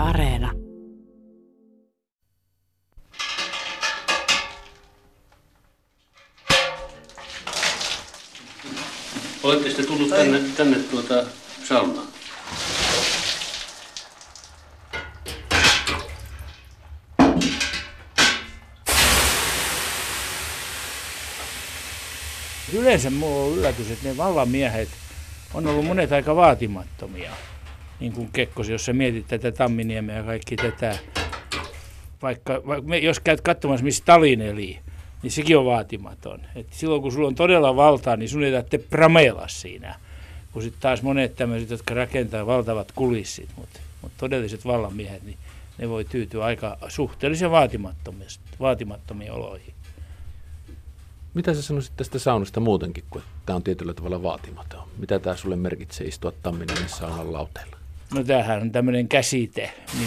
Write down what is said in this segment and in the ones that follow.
Areena. Olette sitten tullut tänne saunaan? Yleensä minulla on yllätys, että ne vallamiehet on ollut monet aika vaatimattomia. Niin kuin Kekkosi, jos sä mietit tätä Tamminiemeä ja kaikki tätä. Vaikka jos käyt katsomassa, missä Stalin eli, niin sekin on vaatimaton. Et silloin kun sulla on todella valtaa, niin sun ei tarvitse prameilla siinä. Kun sitten taas monet tämmöiset, jotka rakentaa valtavat kulissit, mutta todelliset vallamiehet, niin ne voi tyytyä aika suhteellisen vaatimattomiin oloihin. Mitä sä sanoisit tästä saunasta muutenkin, kun tämä on tietyllä tavalla vaatimaton? Mitä tämä sulle merkitsee istua Tamminiemen saunan lauteella? No tämähän on tämmöinen käsite,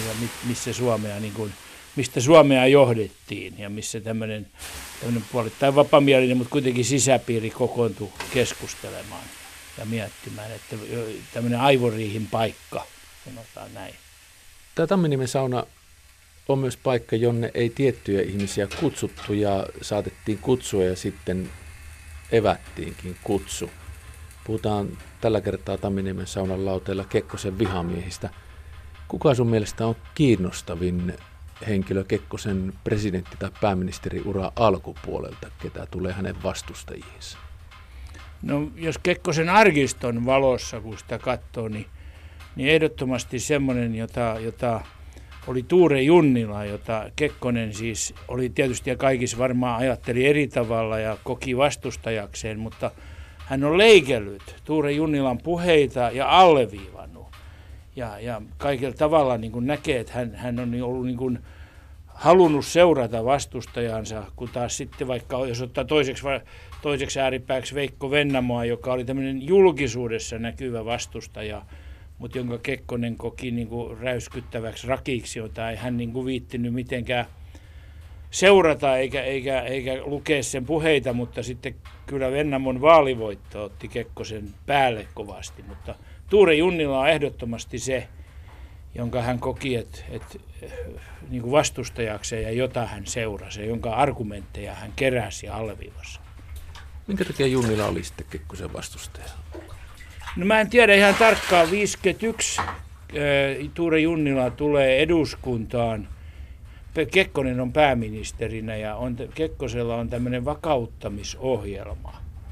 mistä Suomea johdettiin ja missä tämmöinen puolittain vapamielinen, mutta kuitenkin sisäpiiri kokoontui keskustelemaan ja miettimään, että tämmöinen aivoriihin paikka, sanotaan näin. Tämä Tamminiemen sauna on myös paikka, jonne ei tiettyjä ihmisiä kutsuttu ja saatettiin kutsua ja sitten evättiinkin kutsu. Puhutaan tällä kertaa Tamminiemen saunan lauteella Kekkosen vihamiehistä. Kuka sun mielestä on kiinnostavin henkilö Kekkosen presidentti- tai pääministeriura alkupuolelta, ketä tulee hänen vastustajiinsa? No jos Kekkosen arkiston valossa, kun sitä katsoo, niin ehdottomasti semmoinen, jota oli Tuure Junnila, jota Kekkonen siis oli tietysti ja kaikissa varmaan ajatteli eri tavalla ja koki vastustajakseen, mutta hän on leikellyt Tuure Junnilan puheita ja alleviivannut. Ja kaikella tavalla niin kuin näkee, että hän on ollut niin kuin halunnut seurata vastustajansa, kun taas sitten vaikka jos ottaa toiseksi ääripääksi Veikko Vennamoa, joka oli tämmöinen julkisuudessa näkyvä vastustaja, mutta jonka Kekkonen koki niin kuin räyskyttäväksi rakiksi, jota ei hän niin kuin viittinyt mitenkään seurata eikä lukea sen puheita, mutta sitten kyllä Vennamon vaalivoitto otti Kekkosen päälle kovasti, mutta Tuure Junnila on ehdottomasti se, jonka hän koki, että niin kuin vastustajakseen ja jota hän seurasi, ja jonka argumentteja hän keräsi ja alleviivasi. Minkä takia Junnila oli sitten Kekkosen vastustaja? No mä en tiedä ihan tarkkaan. 51 Tuure Junnila tulee eduskuntaan. Kekkonen on pääministerinä ja Kekkosella on tämmöinen vakauttamisohjelma.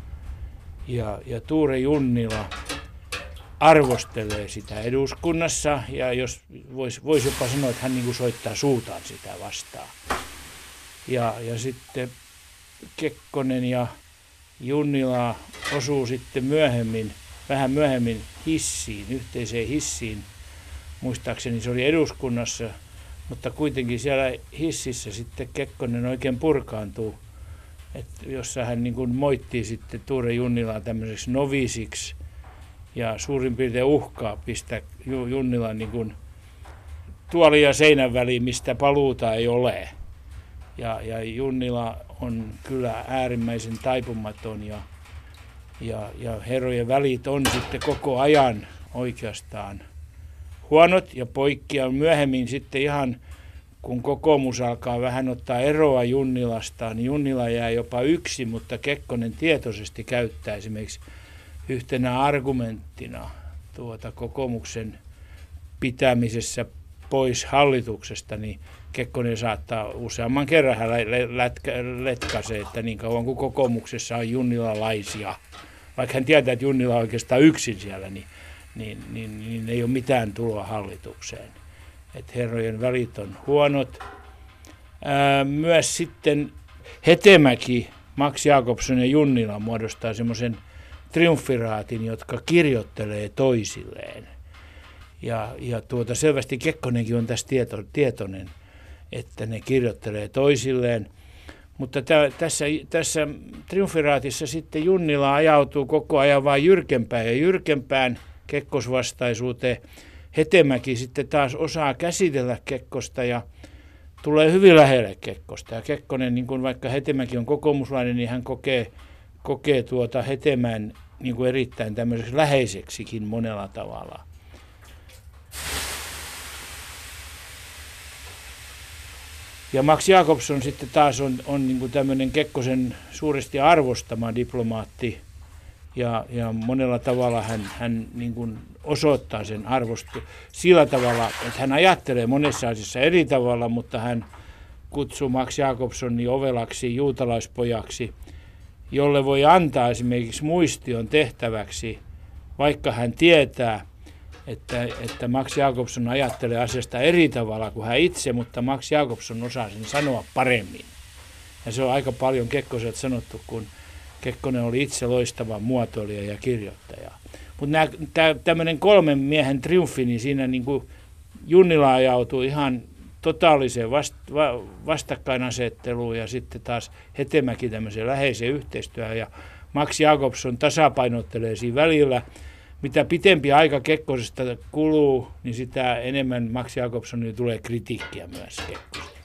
Ja Tuure Junnila arvostelee sitä eduskunnassa ja jos voisi jopa sanoa, että hän niin kuin soittaa suutaan sitä vastaan. Ja sitten Kekkonen ja Junnila osuu sitten vähän myöhemmin yhteiseen hissiin. Muistaakseni se oli eduskunnassa, mutta kuitenkin siellä hississä sitten Kekkonen oikein purkaantuu, jossa hän niin kuin moittii sitten Tuure Junnilaa tämmöiseksi novisiksi ja suurin piirtein uhkaa pistää Junnilan niin kuin tuolin ja seinän väliin, mistä paluuta ei ole. Ja Junnila on kyllä äärimmäisen taipumaton ja herrojen välit on sitten koko ajan oikeastaan huonot ja poikkia myöhemmin sitten ihan kun kokoomus alkaa vähän ottaa eroa Junnilasta, niin Junnila jää jopa yksin, mutta Kekkonen tietoisesti käyttää esimerkiksi yhtenä argumenttina kokoomuksen pitämisessä pois hallituksesta, niin Kekkonen saattaa useamman kerran letkaisee, että niin kauan kuin kokoomuksessa on junnilalaisia, vaikka hän tietää, että Junnila on oikeastaan yksin siellä, niin ei ole mitään tuloa hallitukseen. Että herrojen välit on huonot. Myös sitten Hetemäki, Max Jakobson ja Junnila muodostaa semmoisen triumfiraatin, jotka kirjoittelee toisilleen. Ja selvästi Kekkonenkin on tässä tietoinen, että ne kirjoittelee toisilleen. Mutta tässä triumfiraatissa sitten Junnila ajautuu koko ajan vain jyrkempään ja jyrkempään kekkosvastaisuuteen. Hetemäki sitten taas osaa käsitellä Kekkosta ja tulee hyvin lähelle Kekkosta. Ja Kekkonen, niin kuin vaikka Hetemäki on kokoomuslainen, niin hän kokee Hetemän niin kuin erittäin tämmöiseksi läheiseksikin monella tavalla. Ja Max Jakobson sitten taas on niin kuin tämmöinen Kekkosen suuresti arvostama diplomaatti. Ja monella tavalla hän niin kuin osoittaa sen arvostu sillä tavalla, että hän ajattelee monessa asiassa eri tavalla, mutta hän kutsuu Max Jakobsonin ovelaksi juutalaispojaksi, jolle voi antaa esimerkiksi muistion tehtäväksi, vaikka hän tietää, että Max Jakobson ajattelee asiasta eri tavalla kuin hän itse, mutta Max Jakobson osaa sen sanoa paremmin. Ja se on aika paljon Kekkoselta sanottu, kun Kekkonen oli itse loistava muotoilija ja kirjoittaja. Mutta tämmöinen 3 miehen triumfi, niin siinä niin kuin Junnila ajautui ihan totaaliseen vastakkainasetteluun ja sitten taas Hetemäki tämmöiseen läheiseen yhteistyöhön. Ja Max Jakobson tasapainottelee siinä välillä. Mitä pitempi aika Kekkosesta kuluu, niin sitä enemmän Max Jakobsonille tulee kritiikkiä myös Kekkoselle.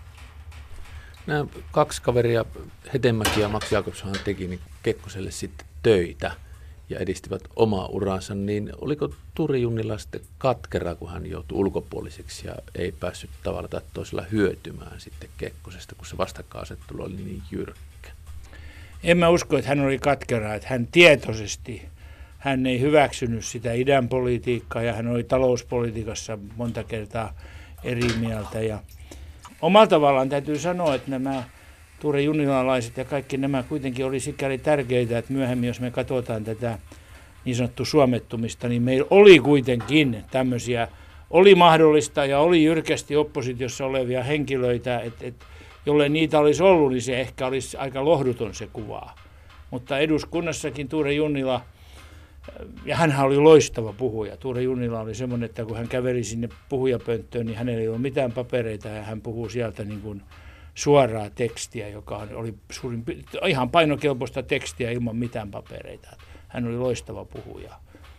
Nämä 2 kaveria, Hetemäki ja Max Jakobson, teki niin Kekkoselle sitten töitä ja edistivät omaa uraansa, niin oliko Turi Junnila sitten katkera, kun hän joutui ulkopuoliseksi ja ei päässyt tavalla tai toisella hyötymään sitten Kekkosesta, kun se vastakkainasettelu oli niin jyrkkä? En mä usko, että hän oli katkera, että hän tietoisesti, hän ei hyväksynyt sitä idän politiikkaa ja hän oli talouspolitiikassa monta kertaa eri mieltä. Ja omalla tavallaan täytyy sanoa, että nämä Ture Junnilalaiset ja kaikki nämä kuitenkin oli sikäli tärkeitä, että myöhemmin jos me katsotaan tätä niin sanottu suomettumista, niin meillä oli kuitenkin tämmöisiä, oli mahdollista ja oli jyrkästi oppositiossa olevia henkilöitä, että jollei niitä olisi ollut, niin se ehkä olisi aika lohduton se kuva. Mutta eduskunnassakin Ture Junnila, ja hänhän oli loistava puhuja. Ture Junnila oli semmoinen, että kun hän käveli sinne puhujapönttöön, niin hänellä ei ollut mitään papereita ja hän puhuu sieltä niin kuin suoraa tekstiä, joka oli ihan painokelpoista tekstiä ilman mitään papereita. Hän oli loistava puhuja.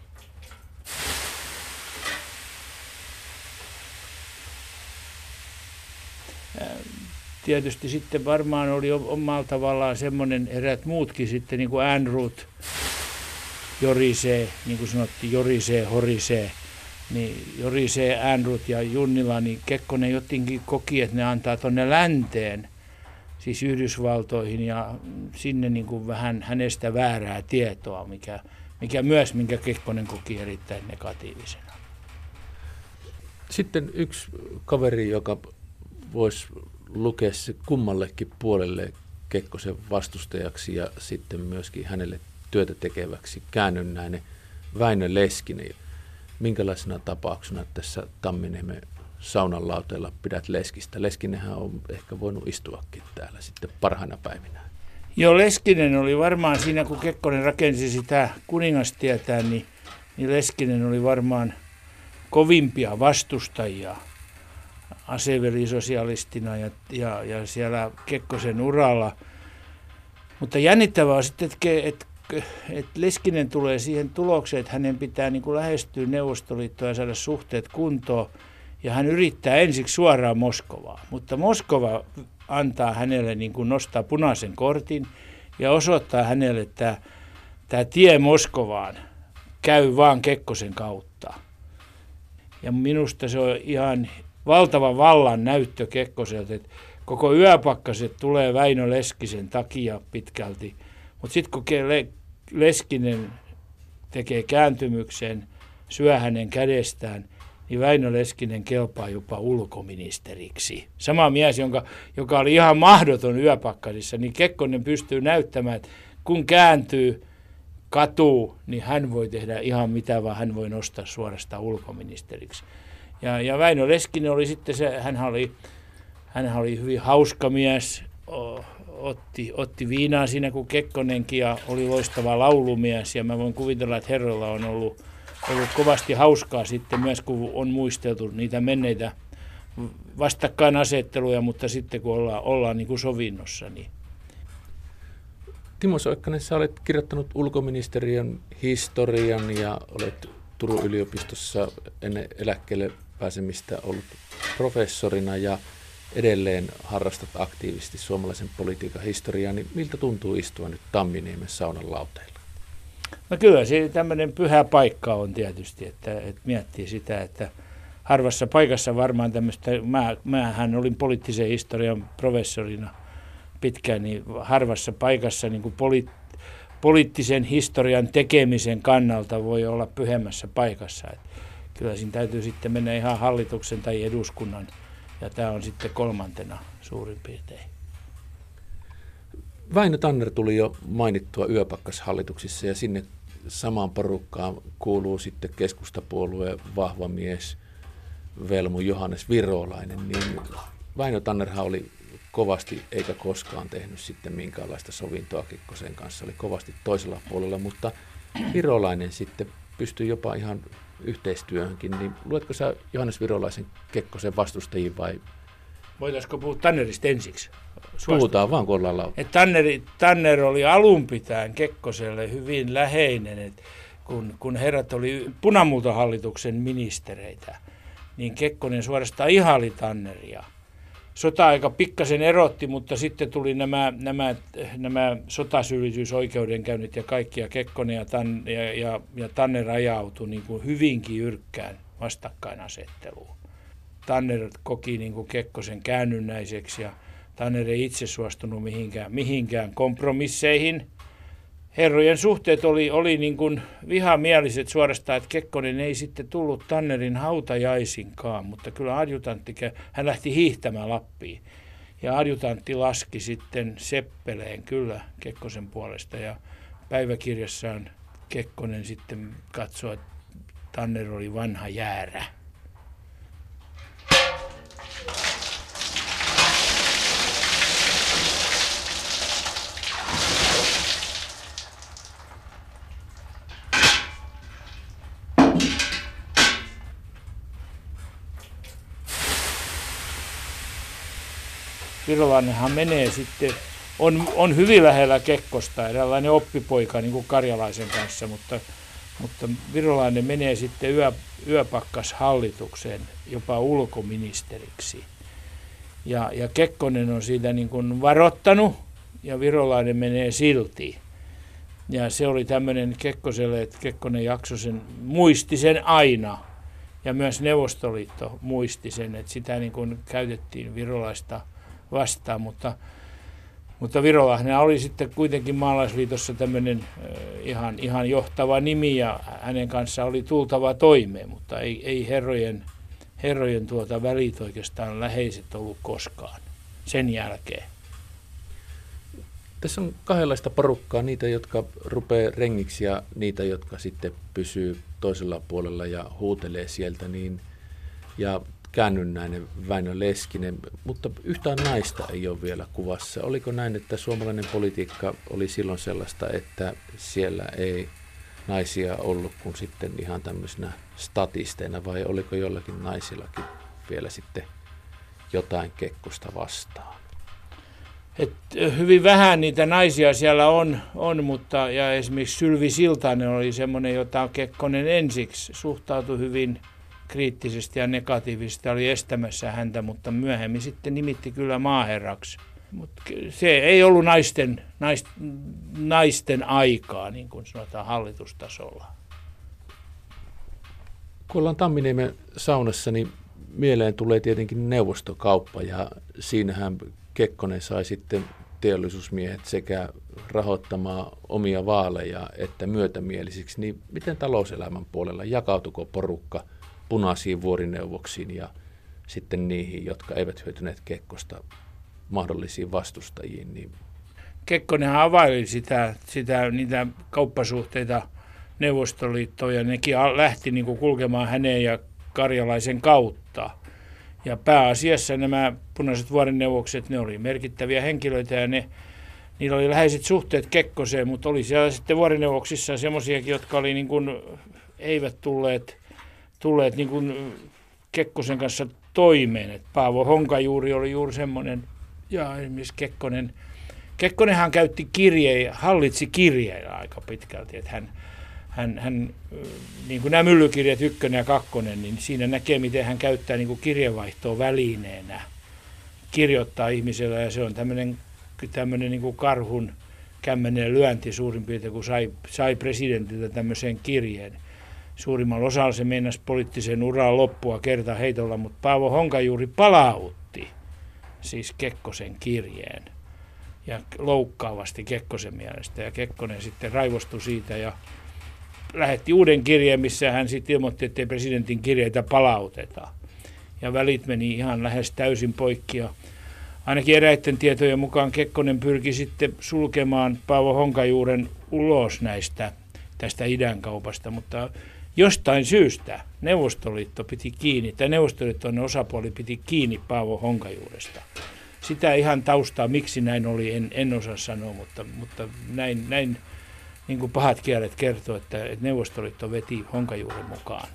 Tietysti sitten varmaan oli omalla tavallaan semmoinen eräät muutkin sitten, niin kuin Ehrnrooth, Jorisee, niin kuin sanottiin, Jorisee, Horisee, niin Jorisee, Ehrnrooth ja Junnila, niin Kekkonen jotenkin koki, että ne antaa tuonne länteen, siis Yhdysvaltoihin ja sinne niin kuin vähän hänestä väärää tietoa, minkä Kekkonen koki erittäin negatiivisena. Sitten yksi kaveri, joka voisi lukea se kummallekin puolelle Kekkosen vastustajaksi ja sitten myöskin hänelle työtä tekeväksi käännynnäinen Väinö Leskinen. Minkälaisena tapauksena tässä Tamminiemen saunan lauteella pidät Leskistä? Leskinenhän on ehkä voinut istuakin täällä sitten parhaina päivinä. Joo, Leskinen oli varmaan siinä, kun Kekkonen rakensi sitä kuningastietään, niin Leskinen oli varmaan kovimpia vastustajia asevelisosialistina ja siellä Kekkosen uralla. Mutta jännittävää on sitten, että Leskinen tulee siihen tulokseen, että hänen pitää niin kuin lähestyä Neuvostoliittoa ja saada suhteet kuntoon. Ja hän yrittää ensiksi suoraan Moskovaa, mutta Moskova antaa hänelle niin kuin nostaa punaisen kortin ja osoittaa hänelle, että tämä tie Moskovaan käy vaan Kekkosen kautta. Ja minusta se on ihan valtava vallan näyttö Kekkoselta, että koko yöpakkaset tulee Väinö Leskisen takia pitkälti. Mutta sitten kun Leskinen tekee kääntymyksen, syö hänen kädestään, niin Väinö Leskinen kelpaa jopa ulkoministeriksi. Sama mies, joka oli ihan mahdoton yöpakkasissa, niin Kekkonen pystyy näyttämään, että kun kääntyy, katuu, niin hän voi tehdä ihan mitä vaan, hän voi nostaa suorastaan ulkoministeriksi. Ja Väinö Leskinen oli sitten se, hän oli hyvin hauska mies, otti viinaa siinä kuin Kekkonenkin ja oli loistava laulumies. Ja mä voin kuvitella, että herroilla on ollut kovasti hauskaa sitten myös, kun on muisteltu niitä menneitä vastakkainasetteluja, mutta sitten kun ollaan niin kuin sovinnossa. Niin. Timo Soikkanen, sä olet kirjoittanut ulkoministeriön historian ja olet Turun yliopistossa ennen eläkkeelle pääsemistä ollut professorina ja edelleen harrastat aktiivisesti suomalaisen politiikan historiaa, niin miltä tuntuu istua nyt Tamminiemen saunan lauteilla? No kyllä se tämmöinen pyhä paikka on tietysti, että miettii sitä, että harvassa paikassa varmaan tämmöistä, mähän olin poliittisen historian professorina pitkään, niin harvassa paikassa niin kuin poliittisen historian tekemisen kannalta voi olla pyhemmässä paikassa. Et kyllä siinä täytyy sitten mennä ihan hallituksen tai eduskunnan, ja tämä on sitten kolmantena suurin piirtein. Väinö Tanner tuli jo mainittua Yöpakkashallituksissa, ja sinne samaan porukkaan kuuluu sitten keskustapuolueen vahva mies Velmu Johannes Virolainen. Niin Väinö Tannerhan oli kovasti eikä koskaan tehnyt sitten minkäänlaista sovintoa Kekkosen kanssa, oli kovasti toisella puolella, mutta Virolainen sitten pystyi jopa ihan yhteistyöhönkin. Niin luetko sä Johannes Virolaisen Kekkosen vastustajiin vai? Voitaisiko puhua Tannerista ensiksi? Puhutaan vaan, kun ollaan lauta. Tanner oli alun pitäen Kekkoselle hyvin läheinen, että kun herrat oli punamultahallituksen ministereitä, niin Kekkonen suorastaan ihaili Tanneria. Sota-aika pikkasen erotti, mutta sitten tuli nämä sotasyyllisyysoikeudenkäynnit ja kaikki, ja Kekkonen ja Tanner ajautui niin kuin hyvinkin jyrkkään vastakkainasetteluun. Tanner koki niin kuin Kekkosen käännynnäiseksi, ja Tanner ei itse suostunut mihinkään kompromisseihin. Herrojen suhteet oli niin kuin vihamieliset suorastaan, että Kekkonen ei sitten tullut Tannerin hautajaisinkaan, mutta kyllä adjutantti, hän lähti hiihtämään Lappiin. Ja adjutantti laski sitten seppeleen kyllä Kekkosen puolesta, ja päiväkirjassaan Kekkonen sitten katsoi, että Tanner oli vanha jäärä. Virolainenhan menee sitten, on hyvin lähellä Kekkosta, eräänlainen oppipoika niin kuin Karjalaisen kanssa, mutta Virolainen menee sitten Yöpakkashallitukseen jopa ulkoministeriksi. Ja Kekkonen on siitä niin kuin varoittanut, ja Virolainen menee silti. Ja se oli tämmöinen Kekkoselle, että Kekkonen muisti sen aina, ja myös Neuvostoliitto muisti sen, että sitä niin kuin käytettiin Virolaista vastaan, mutta Virolainen oli sitten kuitenkin Maalaisliitossa tämmöinen ihan johtava nimi, ja hänen kanssaan oli tultava toimeen, mutta ei herrojen välit oikeastaan läheiset ollut koskaan sen jälkeen. Tässä on kahdenlaista porukkaa, niitä, jotka rupeaa rengiksi, ja niitä, jotka sitten pysyy toisella puolella ja huutelee sieltä, ja käännynnäinen Väinö Leskinen, mutta yhtään naista ei ole vielä kuvassa. Oliko näin, että suomalainen politiikka oli silloin sellaista, että siellä ei naisia ollut kuin sitten ihan tämmöisenä statisteina, vai oliko jollakin naisillakin vielä sitten jotain Kekkosta vastaan? Hyvin vähän niitä naisia siellä on, mutta ja esimerkiksi Sylvi Siltanen oli semmoinen, jota Kekkonen ensiksi suhtautui hyvin kriittisesti ja negatiivisesti, oli estämässä häntä, mutta myöhemmin sitten nimitti kyllä maaherraksi. Mutta se ei ollut naisten aikaa, niin kuin sanotaan hallitustasolla. Kun ollaan Tamminiemen saunassa, niin mieleen tulee tietenkin neuvostokauppa, ja siinähän Kekkonen sai sitten teollisuusmiehet sekä rahoittamaan omia vaaleja että myötämielisiksi. Niin miten talouselämän puolella jakautuko porukka punaisiin vuorineuvoksiin ja sitten niihin, jotka eivät hyötyneet Kekkosta, mahdollisiin vastustajiin? Niin Kekkonenhan availi niitä kauppasuhteita Neuvostoliittoon, ja nekin lähti niin kuin kulkemaan hänen ja Karjalaisen kautta. Ja pääasiassa nämä punaiset vuorineuvokset, ne oli merkittäviä henkilöitä, ja niillä oli läheiset suhteet Kekkoseen, mutta oli siellä sitten vuorineuvoksissa semmoisiakin, jotka oli niin kuin, eivät tulleet niin kuin Kekkosen kanssa toimeen. Et Paavo Honkajuuri oli juuri semmoinen, ja esimerkiksi Kekkonenhan hallitsi kirjeillä aika pitkälti, että hän niin kuin nämä myllykirjat 1 ja 2, niin siinä näkee, miten hän käyttää niin kuin kirjeenvaihtoa välineenä, kirjoittaa ihmisellä, ja se on tämmöinen niin kuin karhun kämmenen lyönti suurin piirtein, kun sai presidentiltä tämmöisen kirjeen. Suurimmalla osalla se meinasi poliittisen uran loppua kertaheitolla, mutta Paavo Honkajuuri palautti siis Kekkosen kirjeen ja loukkaavasti Kekkosen mielestä. Ja Kekkonen sitten raivostui siitä ja lähetti uuden kirjeen, missä hän sitten ilmoitti, että ei presidentin kirjeitä palauteta. Ja välit meni ihan lähes täysin poikki. Ja ainakin eräiden tietojen mukaan Kekkonen pyrki sitten sulkemaan Paavo Honkajuuren ulos tästä idänkaupasta, mutta jostain syystä Neuvostoliitto piti kiinni, tai Neuvostoliiton osapuoli piti kiinni Paavo Honkajuuresta. Sitä ihan taustaa, miksi näin oli, en osaa sanoa, mutta näin niin kuin pahat kielet kertoo, että Neuvostoliitto veti Honkajuuren mukaan.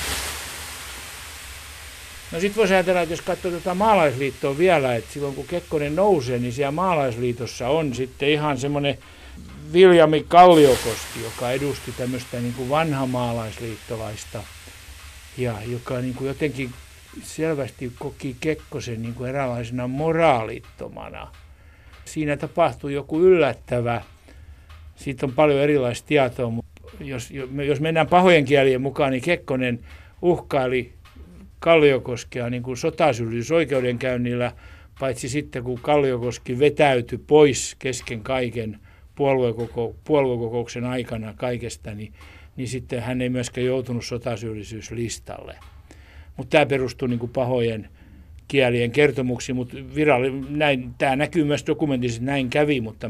No sitten voisi ajatella, että jos katsoo tuota maalaisliittoa vielä, että silloin kun Kekkonen nousee, niin siellä maalaisliitossa on sitten ihan semmoinen Viljami Kalliokoski, joka edusti tämmöistä niin kuin vanha maalaisliittolaista ja joka niin kuin jotenkin selvästi koki Kekkosen niin kuin eräänlaisena moraalittomana. Siinä tapahtui joku yllättävä, siitä on paljon erilaista tietoa, mutta jos mennään pahojen kielien mukaan, niin Kekkonen uhkaili Kalliokoskea niin kuin sotasyyllisyysoikeudenkäynnillä, paitsi sitten kun Kalliokoski vetäytyi pois kesken kaiken puoluekokouksen aikana kaikesta, niin sitten hän ei myöskään joutunut sotasyyllisyyslistalle. Mutta tämä perustuu niin kuin pahojen kielien kertomuksiin, mutta tämä näkyy myös dokumentissa, että näin kävi, mutta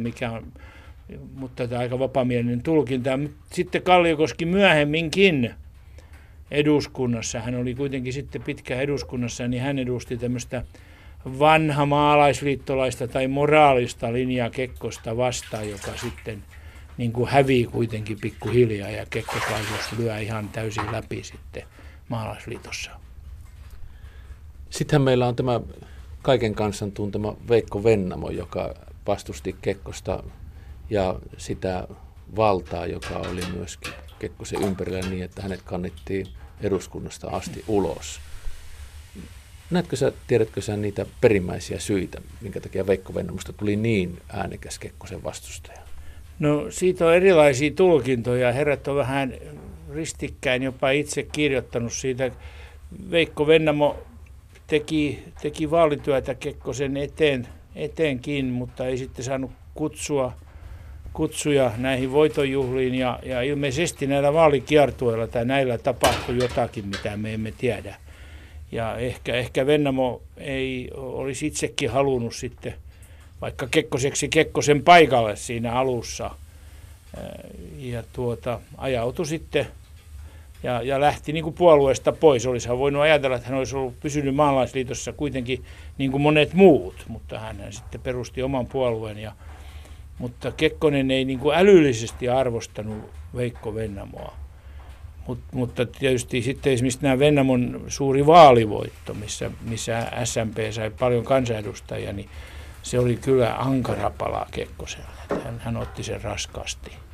tämä aika vapaamielinen tulkinta. Sitten Kalliokoski myöhemminkin eduskunnassa, hän oli kuitenkin sitten pitkään eduskunnassa, niin hän edusti tämmöistä vanha maalaisliittolaista tai moraalista linjaa Kekkosta vastaan, joka sitten niin kuin hävii kuitenkin pikkuhiljaa ja kekkoslaisuus lyö ihan täysin läpi sitten maalaisliitossa. Sittenhän meillä on tämä kaiken kansan tuntema Veikko Vennamo, joka vastusti Kekkosta ja sitä valtaa, joka oli myöskin Kekkosen ympärillä niin, että hänet kannettiin eduskunnasta asti ulos. Tiedätkö sä niitä perimmäisiä syitä, minkä takia Veikko Vennamosta tuli niin äänekäs Kekkosen vastustaja? No siitä on erilaisia tulkintoja. Herrat on vähän ristikkäin jopa itse kirjoittanut siitä. Veikko Vennamo teki vaalityötä Kekkosen eteenkin, mutta ei sitten saanut kutsuja näihin voitonjuhliin ja ilmeisesti näillä vaalikiertueilla tai näillä tapahtui jotakin, mitä me emme tiedä. Ja ehkä Vennamo ei olisi itsekin halunnut sitten vaikka Kekkosen paikalle siinä alussa ja ajautui sitten ja lähti niin kuin puolueesta pois. Olisihan voinut ajatella, että hän olisi ollut pysynyt maalaisliitossa kuitenkin niin kuin monet muut, mutta hän sitten perusti oman puolueen. Mutta Kekkonen ei niin kuin älyllisesti arvostanut Veikko Vennamoa. Mutta tietysti sitten esimerkiksi nämä Vennamon suuri vaalivoitto, missä SMP sai paljon kansanedustajia, niin se oli kyllä ankara pala Kekkoselle. Hän otti sen raskaasti.